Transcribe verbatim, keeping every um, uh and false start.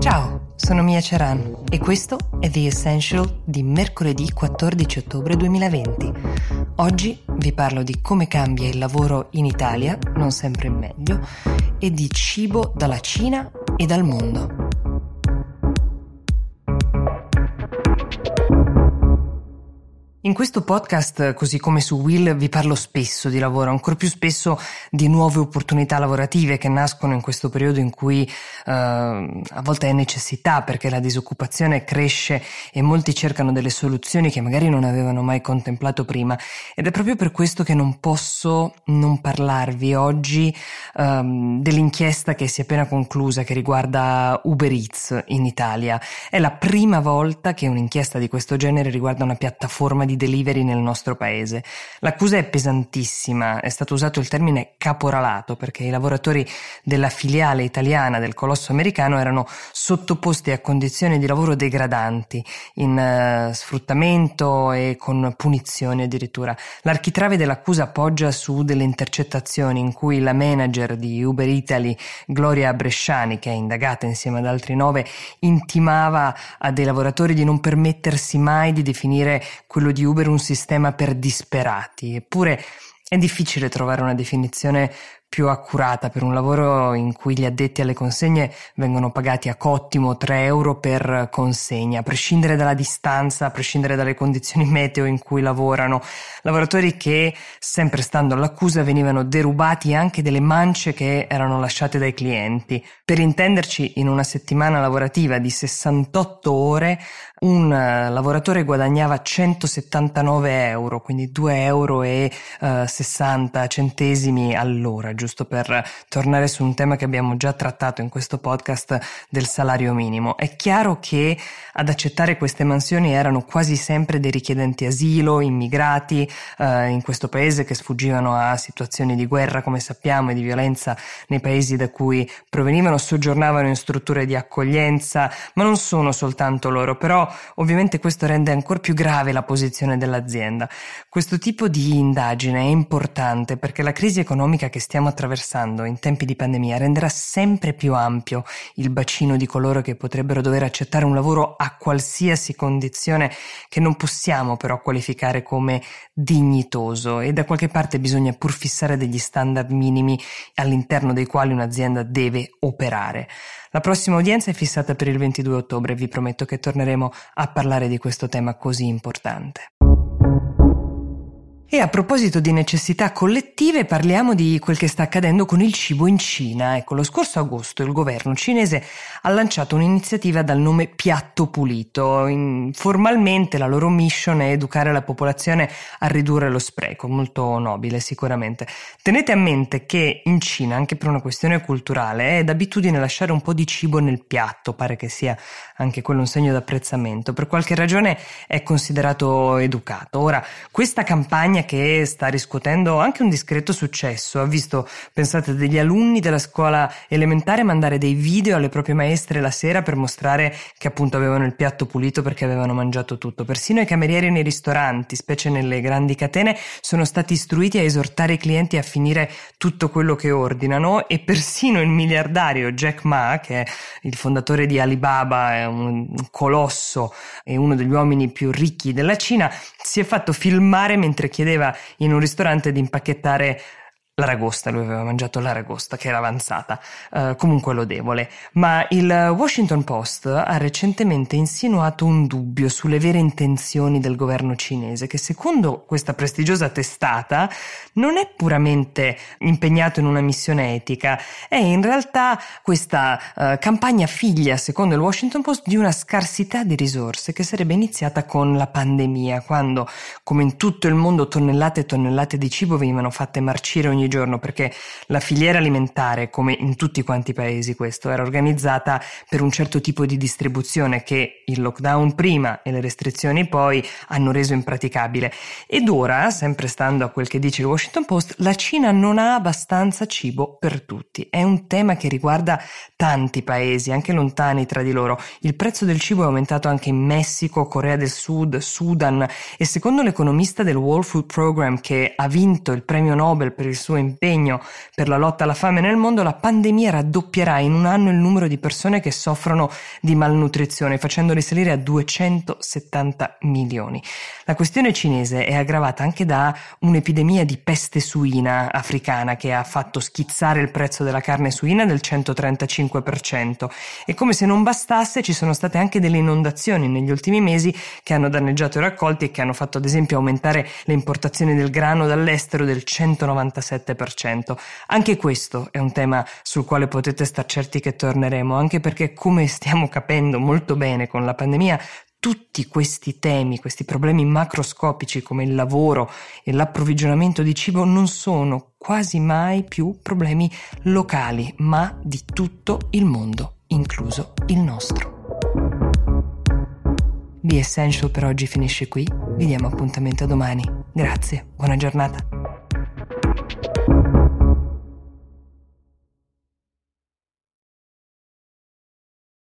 Ciao, sono Mia Ceran e questo è The Essential di mercoledì quattordici ottobre duemilaventi. Oggi vi parlo di come cambia il lavoro in Italia, non sempre in meglio, e di cibo dalla Cina e dal mondo. In questo podcast, così come su Will, vi parlo spesso di lavoro, ancor più spesso di nuove opportunità lavorative che nascono in questo periodo in cui eh, a volte è necessità perché la disoccupazione cresce e molti cercano delle soluzioni che magari non avevano mai contemplato prima. Ed è proprio per questo che non posso non parlarvi oggi ehm, dell'inchiesta che si è appena conclusa, che riguarda Uber Eats in Italia. È la prima volta che un'inchiesta di questo genere riguarda una piattaforma di delivery nel nostro paese. L'accusa è pesantissima, è stato usato il termine caporalato perché i lavoratori della filiale italiana del colosso americano erano sottoposti a condizioni di lavoro degradanti, in uh, sfruttamento e con punizioni addirittura. L'architrave dell'accusa poggia su delle intercettazioni in cui la manager di Uber Italy, Gloria Bresciani, che è indagata insieme ad altri nove, intimava a dei lavoratori di non permettersi mai di definire quello di Uber un sistema per disperati. Eppure è difficile trovare una definizione più accurata per un lavoro in cui gli addetti alle consegne vengono pagati a cottimo tre euro per consegna, a prescindere dalla distanza, a prescindere dalle condizioni meteo in cui lavorano. Lavoratori che, sempre stando all'accusa, venivano derubati anche delle mance che erano lasciate dai clienti. Per intenderci, in una settimana lavorativa di sessantotto ore, un lavoratore guadagnava centosettantanove euro, quindi due euro e sessanta centesimi all'ora, giusto per tornare su un tema che abbiamo già trattato in questo podcast del salario minimo. È chiaro che ad accettare queste mansioni erano quasi sempre dei richiedenti asilo, immigrati eh, in questo paese che sfuggivano a situazioni di guerra, come sappiamo, e di violenza nei paesi da cui provenivano, soggiornavano in strutture di accoglienza, ma non sono soltanto loro. Però ovviamente questo rende ancora più grave la posizione dell'azienda. Questo tipo di indagine è importante perché la crisi economica che stiamo attraversando in tempi di pandemia renderà sempre più ampio il bacino di coloro che potrebbero dover accettare un lavoro a qualsiasi condizione che non possiamo però qualificare come dignitoso, e da qualche parte bisogna pur fissare degli standard minimi all'interno dei quali un'azienda deve operare. La prossima udienza è fissata per il ventidue ottobre e vi prometto che torneremo a parlare di questo tema così importante. E a proposito di necessità collettive, parliamo di quel che sta accadendo con il cibo in Cina. Ecco, lo scorso agosto il governo cinese ha lanciato un'iniziativa dal nome Piatto Pulito. In, formalmente la loro mission è educare la popolazione a ridurre lo spreco, molto nobile sicuramente. Tenete a mente che in Cina, anche per una questione culturale, è d'abitudine lasciare un po' di cibo nel piatto, pare che sia anche quello un segno d'apprezzamento. Per qualche ragione è considerato educato. Ora, questa campagna che sta riscuotendo anche un discreto successo ha visto, pensate, degli alunni della scuola elementare mandare dei video alle proprie maestre la sera per mostrare che appunto avevano il piatto pulito perché avevano mangiato tutto. Persino i camerieri nei ristoranti, specie nelle grandi catene, sono stati istruiti a esortare i clienti a finire tutto quello che ordinano, e persino il miliardario Jack Ma, che è il fondatore di Alibaba, è un colosso e uno degli uomini più ricchi della Cina, si è fatto filmare mentre chiedeva in un ristorante di impacchettare l'aragosta. Lui aveva mangiato l'aragosta che era avanzata, uh, comunque lodevole. Ma il Washington Post ha recentemente insinuato un dubbio sulle vere intenzioni del governo cinese, che secondo questa prestigiosa testata non è puramente impegnato in una missione etica, è in realtà questa uh, campagna figlia, secondo il Washington Post, di una scarsità di risorse che sarebbe iniziata con la pandemia, quando, come in tutto il mondo, tonnellate e tonnellate di cibo venivano fatte marcire ogni giorno, perché la filiera alimentare, come in tutti quanti i paesi questo, era organizzata per un certo tipo di distribuzione che il lockdown prima e le restrizioni poi hanno reso impraticabile. Ed ora, sempre stando a quel che dice il Washington Post, la Cina non ha abbastanza cibo per tutti. È un tema che riguarda tanti paesi, anche lontani tra di loro. Il prezzo del cibo è aumentato anche in Messico, Corea del Sud, Sudan, e secondo l'economista del World Food Program, che ha vinto il premio Nobel per il suo impegno per la lotta alla fame nel mondo, la pandemia raddoppierà in un anno il numero di persone che soffrono di malnutrizione, facendo risalire a duecentosettanta milioni. La questione cinese è aggravata anche da un'epidemia di peste suina africana che ha fatto schizzare il prezzo della carne suina del centotrentacinque per cento, e come se non bastasse ci sono state anche delle inondazioni negli ultimi mesi che hanno danneggiato i raccolti e che hanno fatto ad esempio aumentare le importazioni del grano dall'estero del centonovantasette per cento. Anche questo è un tema sul quale potete star certi che torneremo, anche perché, come stiamo capendo molto bene con la pandemia, tutti questi temi, questi problemi macroscopici come il lavoro e l'approvvigionamento di cibo non sono quasi mai più problemi locali, ma di tutto il mondo, incluso il nostro. The Essential per oggi finisce qui, vi diamo appuntamento a domani. Grazie, buona giornata.